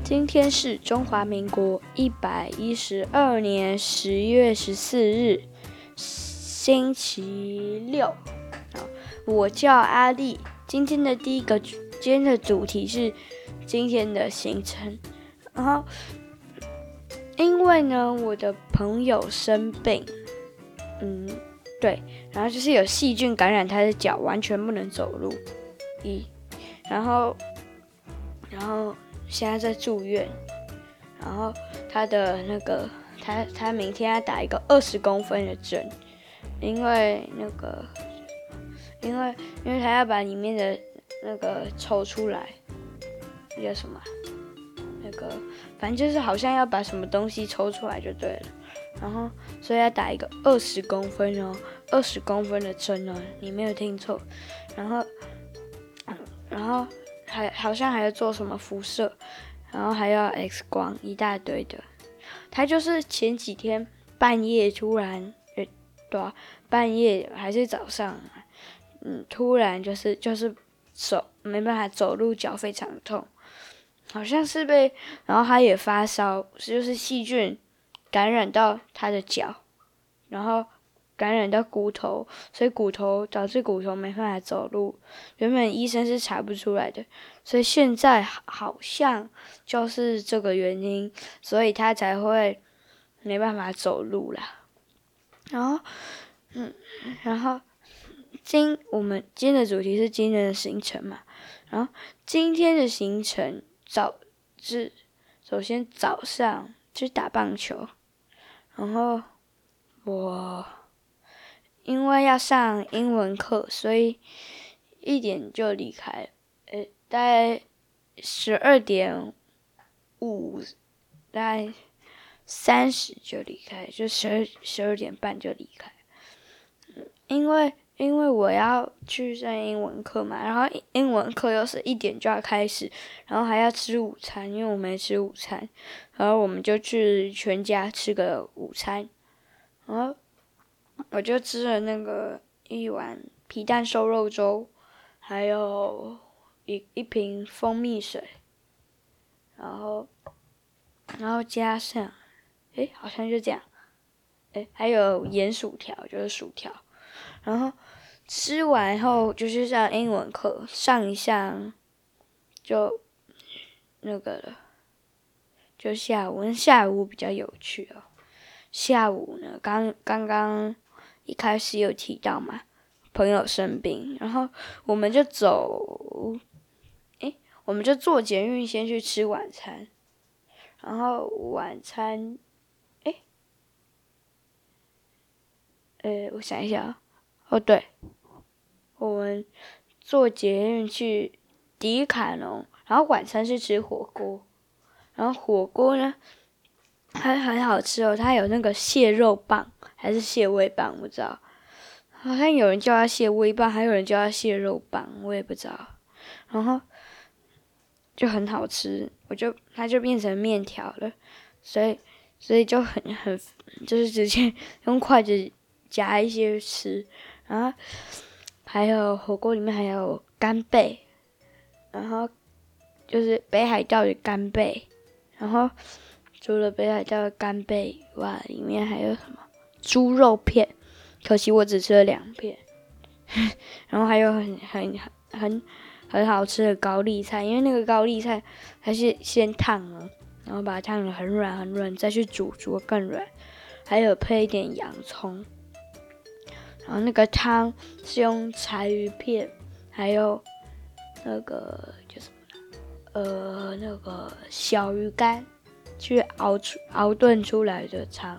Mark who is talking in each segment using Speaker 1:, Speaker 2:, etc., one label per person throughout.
Speaker 1: 今天是中华民国112年10月14日，星期六。我叫阿丽。今天的主题是今天的行程。然后，因为呢，我的朋友生病，对，然后就是有细菌感染他的脚，完全不能走路。然后现在在住院，然后他的他明天要打一个20公分的针，因为他要把里面的抽出来，那叫什么？反正就是好像要把什么东西抽出来就对了。然后所以要打一个20公分，20公分的针哦，你没有听错。然后好像还要做什么辐射，然后还要 X 光，一大堆的。他就是前几天半夜突然，半夜还是早上，突然就是手没办法走路，脚非常痛，好像是然后他也发烧，就是细菌感染到他的脚，然后感染到骨头，所以导致骨头没办法走路。原本医生是查不出来的，所以现在好像就是这个原因，所以他才会没办法走路啦。然后我们今天的主题是今天的行程嘛，然后今天的行程首先早上去打棒球，然后我因为要上英文课，所以1点就离开，大概12:05，大概30就离开，就12点半就离开。因为我要去上英文课嘛，然后英文课又是1点就要开始，然后还要吃午餐，因为我没吃午餐，然后我们就去全家吃个午餐，然后我就吃了一碗皮蛋瘦肉粥，还有一瓶蜂蜜水，然后加上，好像就这样，还有盐薯条，就是薯条，然后吃完后就去上英文课，上一上就了，就下午比较有趣哦。下午呢，刚刚一开始有提到嘛，朋友生病，然后我们就坐捷运先去吃晚餐，然后晚餐，我想一下对，我们坐捷运去迪卡侬，然后晚餐是吃火锅，然后火锅呢还很好吃哦，它有蟹肉棒还是蟹味棒，我不知道，好像有人叫它蟹味棒，还有人叫它蟹肉棒，我也不知道，然后就很好吃，它就变成面条了，所以就就是直接用筷子夹一些吃，然后还有火锅里面还有干贝，然后就是北海道的干贝，然后除了北海道的干贝以外，里面还有什么猪肉片，可惜我只吃了2片，然后还有很好吃的高丽菜，因为那个高丽菜它是先烫了，然后把它烫得很软很软，再去煮得更软，还有配一点洋葱，然后那个汤是用柴鱼片，还有叫什么小鱼干去熬炖出来的汤，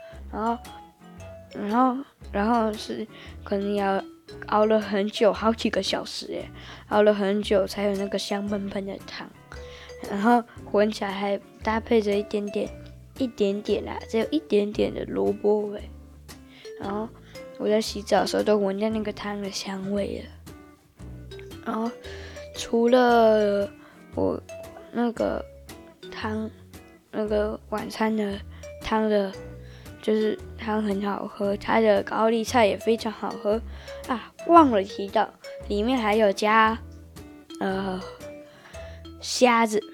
Speaker 1: 然后是可能要熬了很久，好几个小时耶，熬了很久才有那个香喷喷的汤，然后闻起来还搭配着一点点啦，只有一点点的萝卜味，然后我在洗澡的时候都闻到那个汤的香味了。然后除了我汤晚餐的汤的，就是汤很好喝，它的高丽菜也非常好喝啊！忘了提到，里面还有加虾子，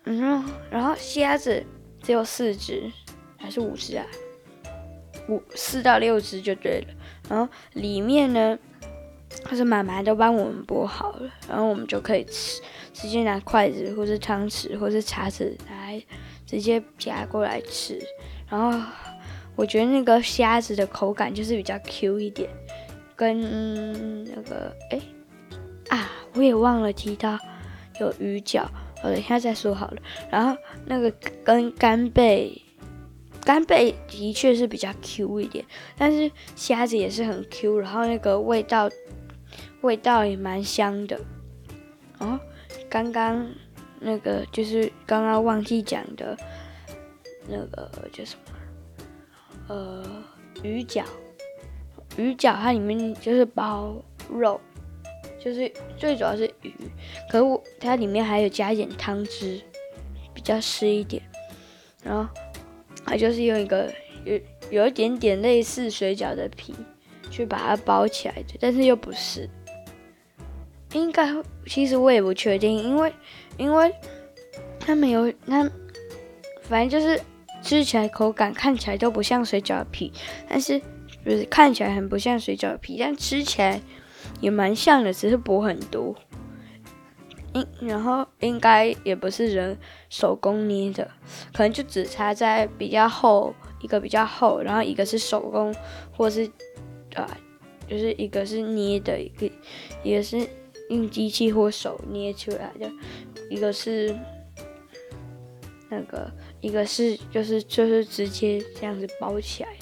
Speaker 1: 然后虾子只有4只还是5只啊？4到6只就对了。然后里面呢，就是妈妈都帮我们剥好了，然后我们就可以吃，直接拿筷子或是汤匙或是叉子来直接夹过来吃。然后我觉得那个虾子的口感就是比较 Q 一点，跟那个我也忘了提到有鱼饺，我等一下再说好了。然后那个跟干贝的确是比较 Q 一点，但是虾子也是很 Q， 然后那个味道也蛮香的。然后刚刚那个就是刚刚忘记讲的那个叫什么鱼饺它里面就是包肉，就是最主要是鱼，可是它里面还有加一点汤汁，比较湿一点。然后它就是用一个有一点点类似水饺的皮去把它包起来的，但是又不是。应该其实我也不确定，因为它没有反正就是吃起来口感看起来都不像水饺的皮，但是就是看起来很不像水饺的皮，但吃起来也蛮像的，只是薄很多。然后应该也不是人手工捏的，可能就只差在比较厚，一个比较厚，然后一个是手工，或是就是一个是捏的，一个是用机器或手捏出来的，一个是一个是就是直接这样子包起来。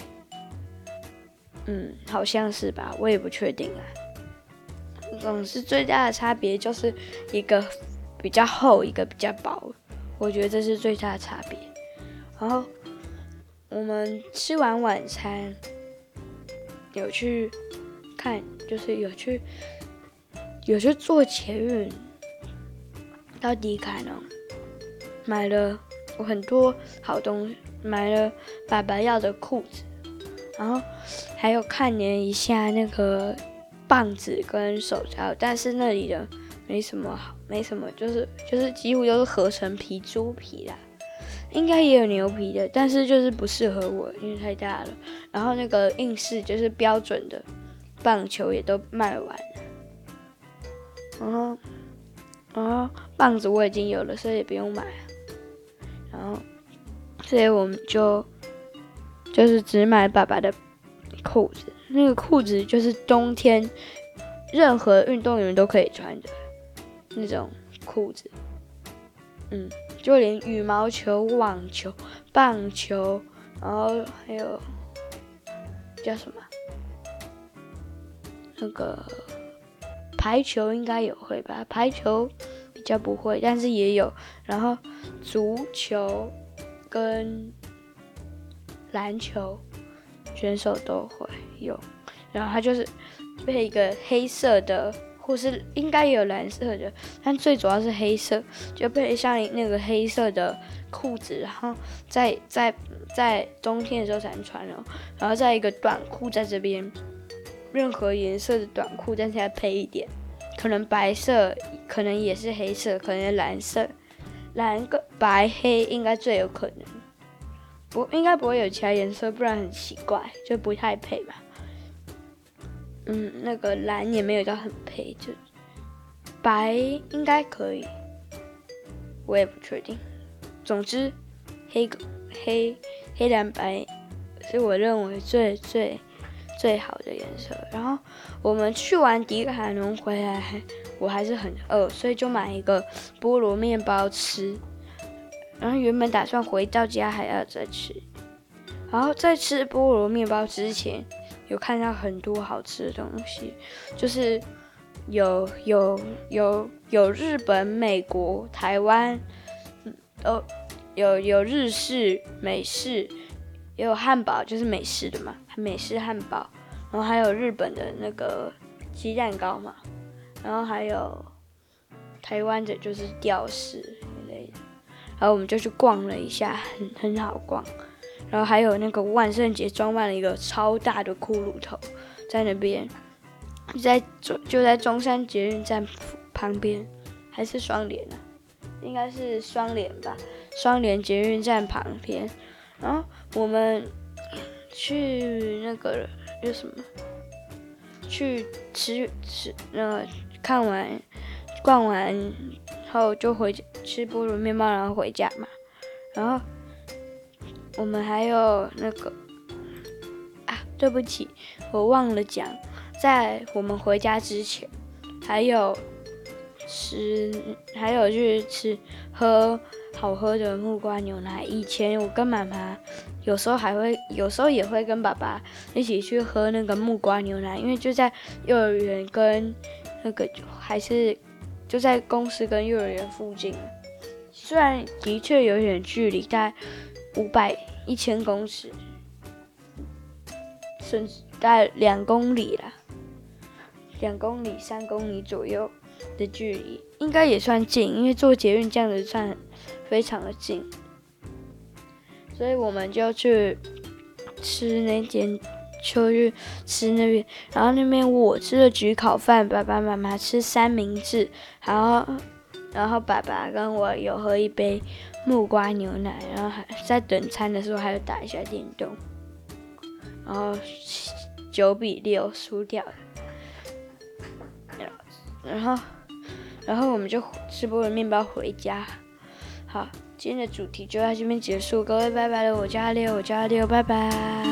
Speaker 1: 好像是吧，我也不确定啊。总之最大的差别就是一个比较厚，一个比较薄，我觉得这是最大的差别。然后我们吃完晚餐，有去看，就是有去坐捷运到迪卡侬，买了很多好东西，买了爸爸要的裤子，然后还有看了一下那个棒子跟手套，但是那里的没什么，就是几乎都是合成皮猪皮啦，应该也有牛皮的，但是就是不适合我，因为太大了。然后那个硬式就是标准的棒球也都卖完了，然后棒子我已经有了，所以也不用买了。然后所以我们就是只买爸爸的裤子，那个裤子就是冬天任何运动员都可以穿的那种裤子，就连羽毛球、网球、棒球，然后还有叫什么那个排球应该也会吧，排球比较不会，但是也有。然后足球跟篮球选手都会有，然后它就是配一个黑色的，或是应该也有蓝色的，但最主要是黑色，就配上那个黑色的裤子，然后在冬天的时候才能穿哦，然后再一个短裤在这边，任何颜色的短裤，但是要配一点，可能白色，可能也是黑色，可能蓝色，蓝跟白黑应该最有可能，应该不会有其他颜色，不然很奇怪，就不太配嘛。那个蓝也没有到很配，就白应该可以，我也不确定。总之，黑蓝白是我认为最好的颜色。然后我们去完迪卡侬回来，我还是很饿，所以就买一个菠萝面包吃。然后原本打算回到家还要再吃，然后在吃菠萝面包之前，有看到很多好吃的东西，就是有日本、美国、台湾，有日式、美式，也有汉堡，就是美式的嘛，美式汉堡，然后还有日本的那个鸡蛋糕嘛，然后还有台湾的就是吊饰之类的，然后我们就去逛了一下，很好逛。然后还有那个万圣节装扮了一个超大的骷髅头，在那边，就在中山捷运站旁边，还是双连啊， 应该是双连吧，双连捷运站旁边。然后我们去那个有什么？去看完逛完后就回吃菠萝面包，然后回家嘛。然后我们还有那个对不起，我忘了讲，在我们回家之前，还有去喝好喝的木瓜牛奶。以前我跟妈妈有时候也会跟爸爸一起去喝那个木瓜牛奶，因为就在幼儿园跟那个还是就在公司跟幼儿园附近，虽然的确有点距离，大概1000公尺，甚至大概2公里啦，2公里、3公里左右的距离，应该也算近，因为坐捷运这样子算非常的近，所以我们就去吃那边，然后那边我吃了焗烤饭，爸爸妈妈吃三明治，然后爸爸跟我有喝一杯木瓜牛奶，然后还在等餐的时候还有打一下电动，然后9-6输掉了，然后我们就吃菠萝面包回家。好，今天的主题就到这边结束，各位拜拜了，我叫阿六，拜拜。